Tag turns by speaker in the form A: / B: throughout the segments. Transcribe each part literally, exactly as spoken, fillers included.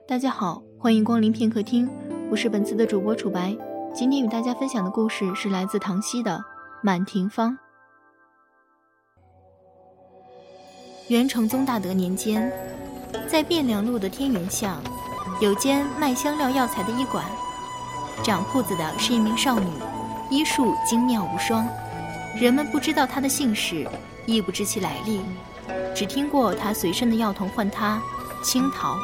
A: 大家好，欢迎光临片刻听，我是本次的主播楚白。今天与大家分享的故事是来自唐熙的《满庭芳》。元成宗大德年间，在汴梁路的天元巷有间卖香料药材的医馆，掌铺子的是一名少女，医术精妙无双。人们不知道她的姓氏，亦不知其来历，只听过她随身的药童唤她青桃。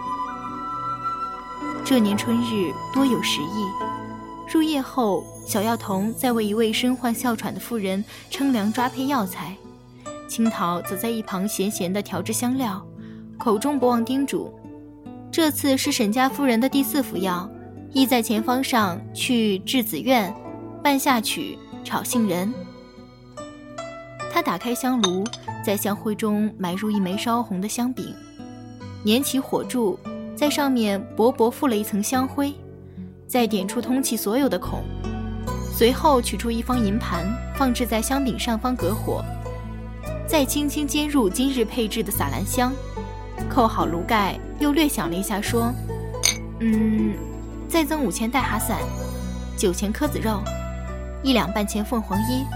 A: 这年春日多有时疫，入夜后，小药童在为一位身患哮喘的妇人称量抓配药材，青桃则在一旁闲闲地调制香料，口中不忘叮嘱：这次是沈家夫人的第四服药，意在前方上去质子院拌下曲炒杏仁。他打开香炉，在香灰中埋入一枚烧红的香饼，捻起火柱，在上面薄薄覆了一层香灰，再点出通气所有的孔，随后取出一方银盘，放置在香饼上方隔火，再轻轻煎入今日配制的撒兰香，扣好炉盖，又略想了一下说：嗯，再增五钱代哈散，九钱柯子肉，一两半钱凤凰衣。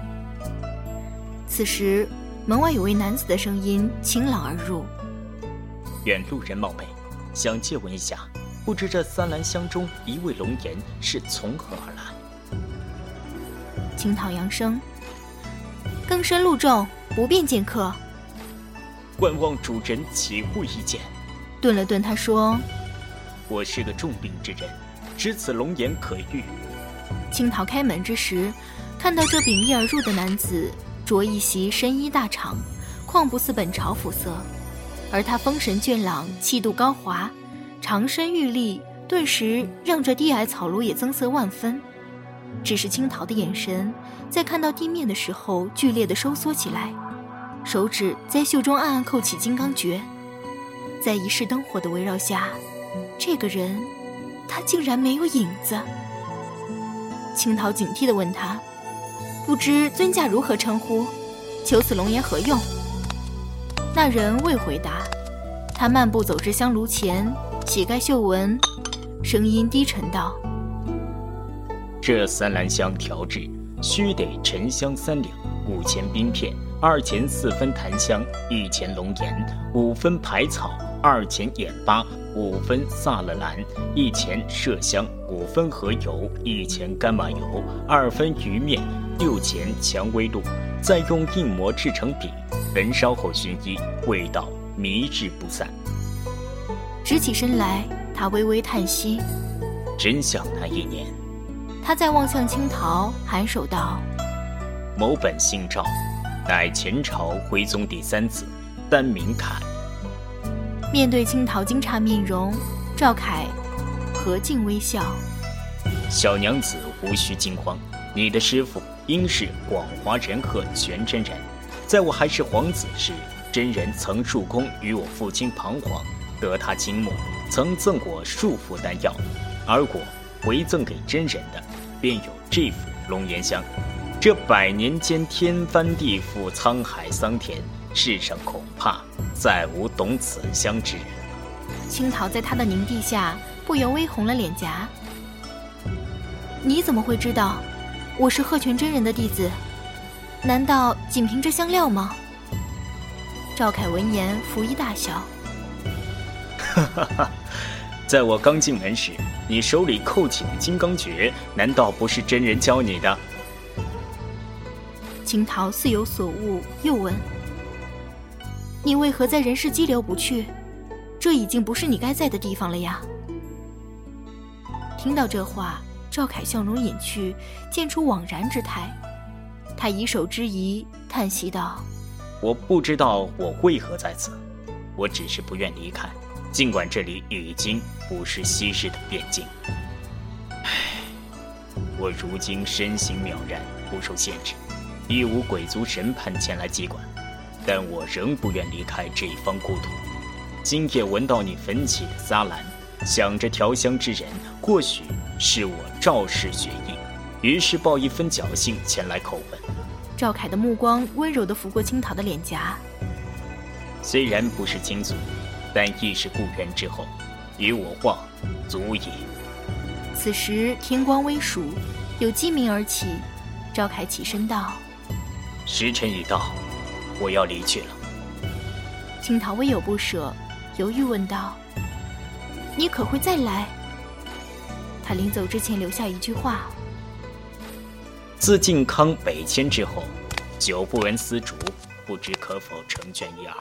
A: 此时门外有位男子的声音清朗而入：
B: 远路人冒昧，想借问一下，不知这三兰香中一位龙颜是从何而来？
A: 青桃扬声：更深路重，不便见客。
B: 观望主人起护一见。
A: 顿了顿，他说：
B: 我是个重病之人，知此龙颜可遇。
A: 青桃开门之时，看到这秉衣而入的男子着一袭深衣大氅，况不似本朝肤色，而他风神俊朗，气度高华，长身玉立，顿时让这低矮草庐也增色万分。只是青桃的眼神在看到地面的时候剧烈地收缩起来，手指在袖中暗暗扣起金刚诀。在一世灯火的围绕下，这个人他竟然没有影子。青桃警惕地问他：不知尊驾如何称呼？求此龙颜何用？那人未回答，他漫步走至香炉前，掀盖袖纹，声音低沉道：
B: 这三兰香调制须得沉香三两，五钱冰片，二钱四分檀香，一钱龙颜，五分排草，二钱眼巴，五分萨勒兰，一钱麝香，五分荷油，一钱干马油，二分鱼面，六钱蔷薇露，再用硬膜制成饼，焚烧后熏衣，味道迷滞不散。
A: 直起身来，他微微叹息：
B: 真想那一年。
A: 他再望向青桃，颔首道：
B: 某本姓赵，乃前朝徽宗第三子，单名凯。
A: 面对青桃惊诧面容，赵凯和静微笑：
B: 小娘子无需惊慌，你的师父应是广华仁鹤全真人。在我还是皇子时，真人曾入宫与我父亲彷徨，得他倾慕，曾赠我数副丹药，而我回赠给真人的便有这副龙涎香。这百年间天翻地覆，沧海桑田，世上恐怕再无懂此香之人。
A: 青桃在他的凝地下不由微红了脸颊：你怎么会知道我是鹤泉真人的弟子？难道仅凭这香料吗？赵凯闻言拂衣大笑：
B: 哈哈哈！在我刚进门时，你手里扣起的金刚诀，难道不是真人教你的？
A: 青桃似有所悟，又问：你为何在人世激流不去？这已经不是你该在的地方了呀。听到这话，赵凯笑容隐去，见出惘然之态。他以手之仪，叹息道：
B: 我不知道我为何在此，我只是不愿离开，尽管这里已经不是昔日的边境。唉，我如今身形渺然，不受限制，亦无鬼族神判前来接管，但我仍不愿离开这一方故土。今夜闻到你焚起的撒兰，想着调香之人或许是我赵氏血裔，于是抱一分侥幸前来叩问。
A: 赵凯的目光温柔地拂过青桃的脸颊。
B: 虽然不是亲族，但亦是故园之后， 与我话足矣。
A: 此时天光微曙，有鸡鸣而起。赵凯起身道：
B: 时辰已到，我要离去了。
A: 青桃微有不舍，犹豫问道：你可会再来？他临走之前留下一句话：
B: 自靖康北迁之后，久不闻丝竹，不知可否成全一二。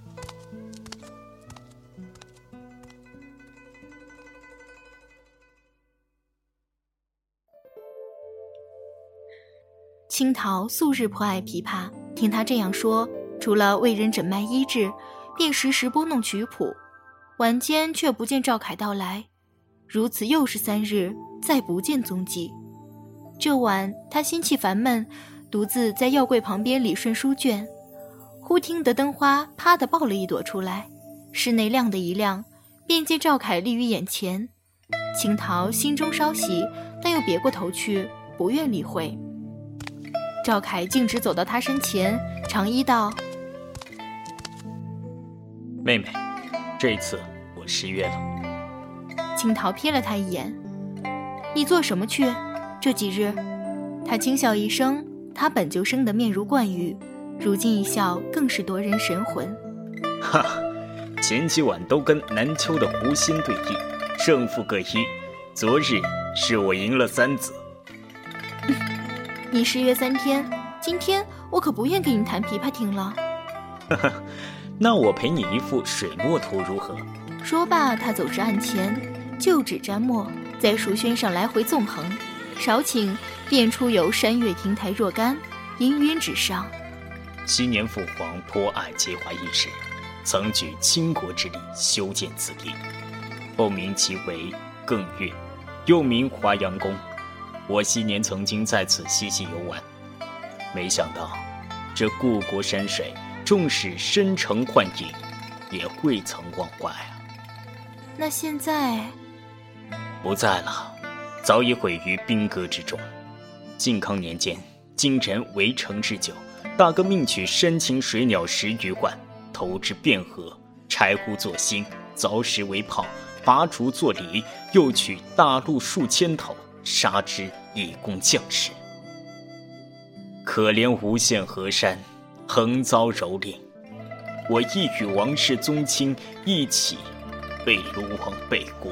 A: 青桃素日颇爱琵琶，听他这样说，除了为人诊脉医治，便时时拨弄曲谱。晚间却不见赵凯到来，如此又是三日，再不见踪迹。这晚他心气烦闷，独自在药柜旁边理顺书卷，忽听得灯花啪地爆了一朵出来，室内亮的一亮，便见赵凯立于眼前。青桃心中稍喜，但又别过头去，不愿理会。赵凯径直走到他身前，长揖道：
B: 妹妹，这次我失约了。
A: 青桃瞥了他一眼：你做什么去？这几日？他轻笑一声，他本就生得面如冠玉，如今一笑更是夺人神魂。
B: 哈，前几晚都跟南丘的狐仙对弈，胜负各一，昨日是我赢了三子。
A: 你失约三天，今天我可不愿给你弹琵琶听了。
B: 那我陪你一副水墨图如何？
A: 说罢，他走至案前，就指沾墨，在书轩上来回纵横，少顷便出有山岳亭台若干，氤氲纸上。
B: 昔年父皇颇爱结华一时，曾举倾国之力修建此地，后名其为艮岳，又名华阳宫。我昔年曾经在此嬉戏游玩，没想到这故国山水，纵使深城幻影，也未曾忘怀啊。
A: 那现在
B: 不在了，早已毁于兵戈之中。靖康年间，荆人围城之久，大哥命取山禽水鸟十余万，投之汴河，柴胡作薪，凿石为炮，拔竹作犁，又取大鹿数千头，杀之以供将士。可怜无限河山，横遭蹂躏，我亦与王室宗亲一起被卢王背过。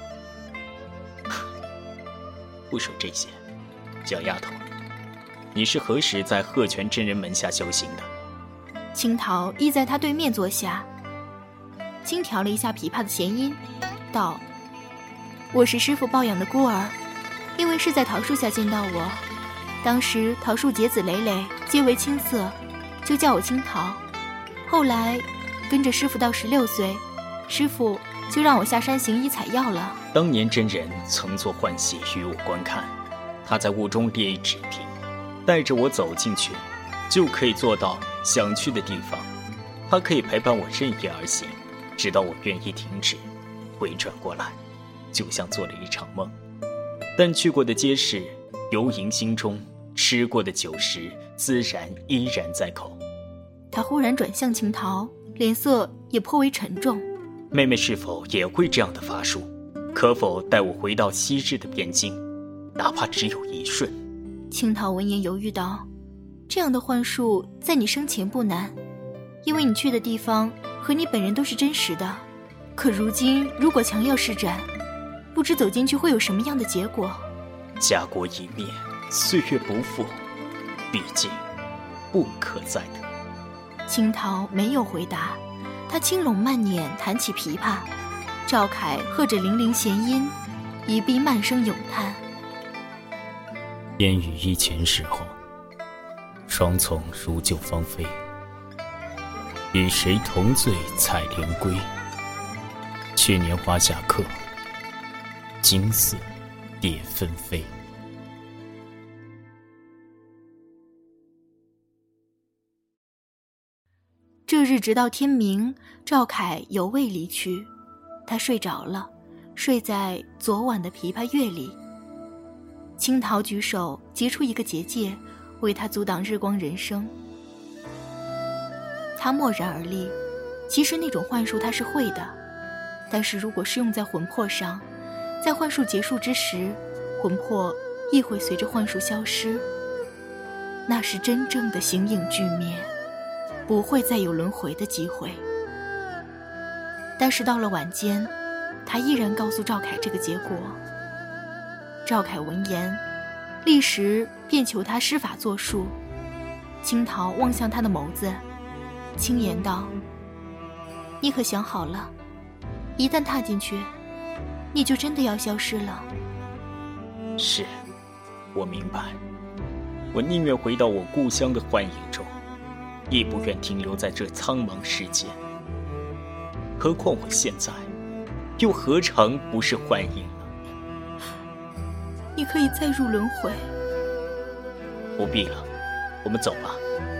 B: 不说这些，小丫头，你是何时在鹤泉真人门下修行的？
A: 青桃依在他对面坐下，轻调了一下琵琶的弦音，道：我是师父抱养的孤儿，因为是在桃树下见到我，当时桃树结子累累，皆为青色，就叫我青桃。后来跟着师父到十六岁，师父就让我下山行医采药了。
B: 当年真人曾做幻戏与我观看，他在雾中列一纸屏，带着我走进去，就可以坐到想去的地方。他可以陪伴我任意而行，直到我愿意停止，回转过来，就像做了一场梦。但去过的街市，游吟心中，吃过的酒食，自然依然在口。
A: 他忽然转向青桃，脸色也颇为沉重。
B: 妹妹是否也会这样的法术？可否带我回到昔日的汴京，哪怕只有一瞬？
A: 青桃闻言犹豫道：这样的幻术在你生前不难，因为你去的地方和你本人都是真实的。可如今如果强要施展，不知走进去会有什么样的结果。
B: 家国已灭，岁月不复，毕竟不可再得。
A: 青桃没有回答，他轻拢慢捻弹起琵琶，赵凯和着零零弦音，一臂慢声咏叹：
B: 烟雨一前时候，双丛如旧芳菲，与谁同醉采莲归？去年花下客，今似蝶纷飞。
A: 这日直到天明，赵凯犹未离去，他睡着了，睡在昨晚的琵琶乐里。青桃举手结出一个结界，为他阻挡日光人生。他默然而立，其实那种幻术他是会的， 但是如果是用在魂魄上，在幻术结束之时，魂魄亦会随着幻术消失，那是真正的形影俱灭，不会再有轮回的机会。但是到了晚间，他依然告诉赵凯这个结果。赵凯闻言，立时便求他施法作术。青桃望向他的眸子，轻言道：你可想好了，一旦踏进去，你就真的要消失了。
B: 是，我明白。我宁愿回到我故乡的幻影中，也不愿停留在这苍茫世间。何况我现在，又何尝不是幻影呢？
A: 你可以再入轮回。
B: 不必了，我们走吧。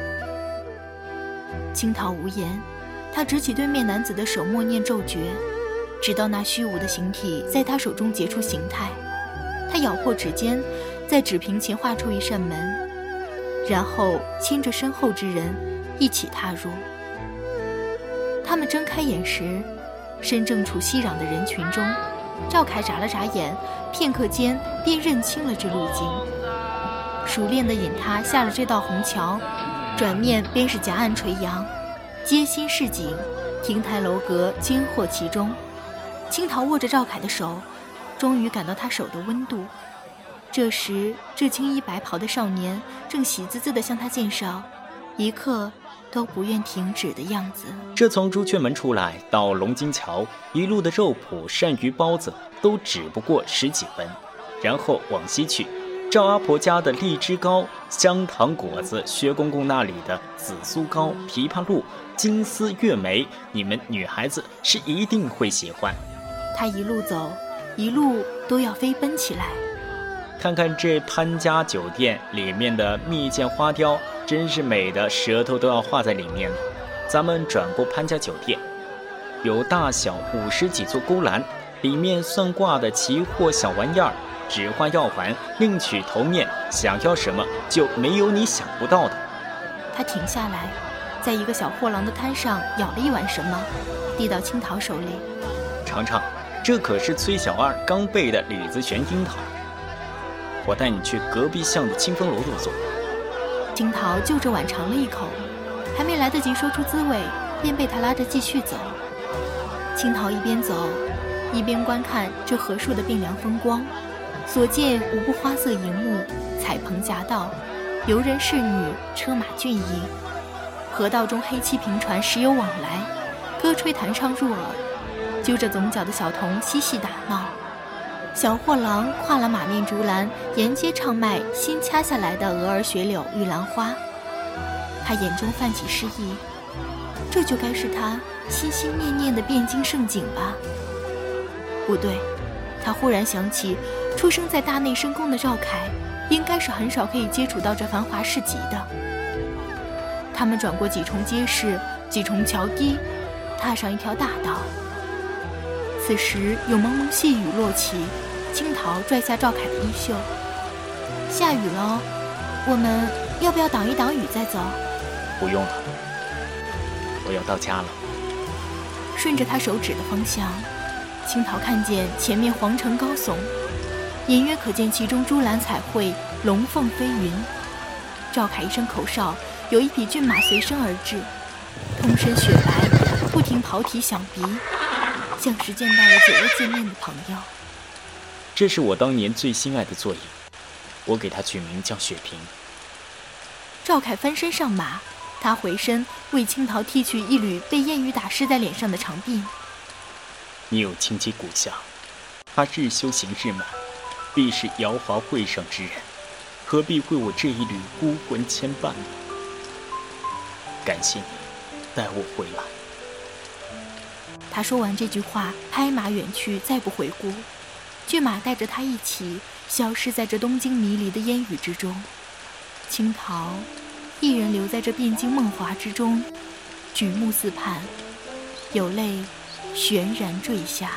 A: 青桃无言，他执起对面男子的手，默念咒诀，直到那虚无的形体在他手中结出形态。他咬破指尖，在纸屏前画出一扇门，然后牵着身后之人一起踏入。他们睁开眼时，身正处熙攘的人群中，赵凯眨了眨眼，片刻间便认清了这路径，熟练地引他下了这道红桥，转面便是夹岸垂杨，街心市井，亭台楼阁间或其中。青桃握着赵凯的手，终于感到他手的温度。这时这青衣白袍的少年正喜滋滋地向他介绍，一刻都不愿停止的样子。
B: 这从朱雀门出来到龙津桥，一路的肉脯、鳝鱼、包子都只不过十几分，然后往西去，赵阿婆家的荔枝糕、香糖果子，薛公公那里的紫苏糕、枇杷露、金丝月梅，你们女孩子是一定会喜欢。
A: 他一路走，一路都要飞奔起来。
B: 看看这潘家酒店里面的蜜饯花雕，真是美的舌头都要化在里面了。咱们转过潘家酒店，有大小五十几座勾栏，里面算卦的奇货小玩意儿，纸画药环，另取头面，想要什么就没有你想不到的。
A: 他停下来，在一个小货郎的摊上舀了一碗什么，递到青桃手里。
B: 尝尝，这可是崔小二刚备的李子玄樱桃。我带你去隔壁巷的清风楼坐坐。
A: 青桃就着碗尝了一口，还没来得及说出滋味，便被他拉着继续走。青桃一边走，一边观看这河树的汴梁风光，所见无不花色荧幕，彩棚夹道，游人仕女，车马俊逸。河道中黑漆平船时有往来，歌吹弹唱入耳，揪着总角的小童嬉戏打闹。小货郎跨了马面竹篮，沿街唱卖新掐下来的鹅儿雪柳玉兰花。他眼中泛起诗意，这就该是他心心念念的汴京盛景吧？不对，他忽然想起，出生在大内深宫的赵凯，应该是很少可以接触到这繁华市集的。他们转过几重街市，几重桥堤，踏上一条大道。此时有蒙蒙细雨落起，青桃拽下赵凯的衣袖。下雨了，我们要不要挡一挡雨再走？
B: 不用了，我要到家了。
A: 顺着他手指的方向，青桃看见前面皇城高耸，隐约可见其中珠兰彩绘，龙凤飞云。赵凯一声口哨，有一匹骏马随身而至，通身雪白，不停跑蹄响鼻，像是见到了久未见面的朋友。
B: 这是我当年最心爱的座椅，我给它取名叫雪萍。
A: 赵凯翻身上马，他回身为青桃剃去一缕被烟雨打湿在脸上的长鬓。
B: 你有亲戚骨相，他日修行日满，必是瑶华会上之人，何必为我这一缕孤魂牵绊呢？感谢你带我回来。
A: 他说完这句话，拍马远去，再不回顾。骏马带着他一起消失在这东京迷离的烟雨之中。青桃一人留在这汴京梦华之中，举目四盼，有泪悬然坠下。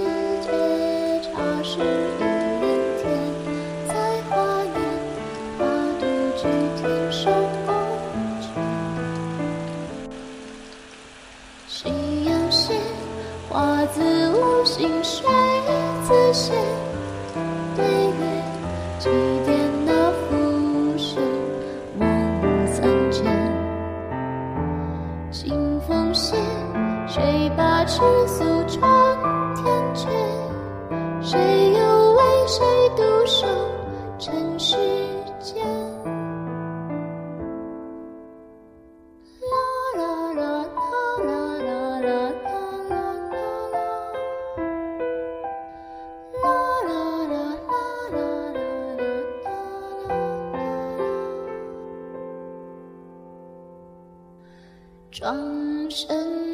C: 世界茶室一人天，在花园花庄生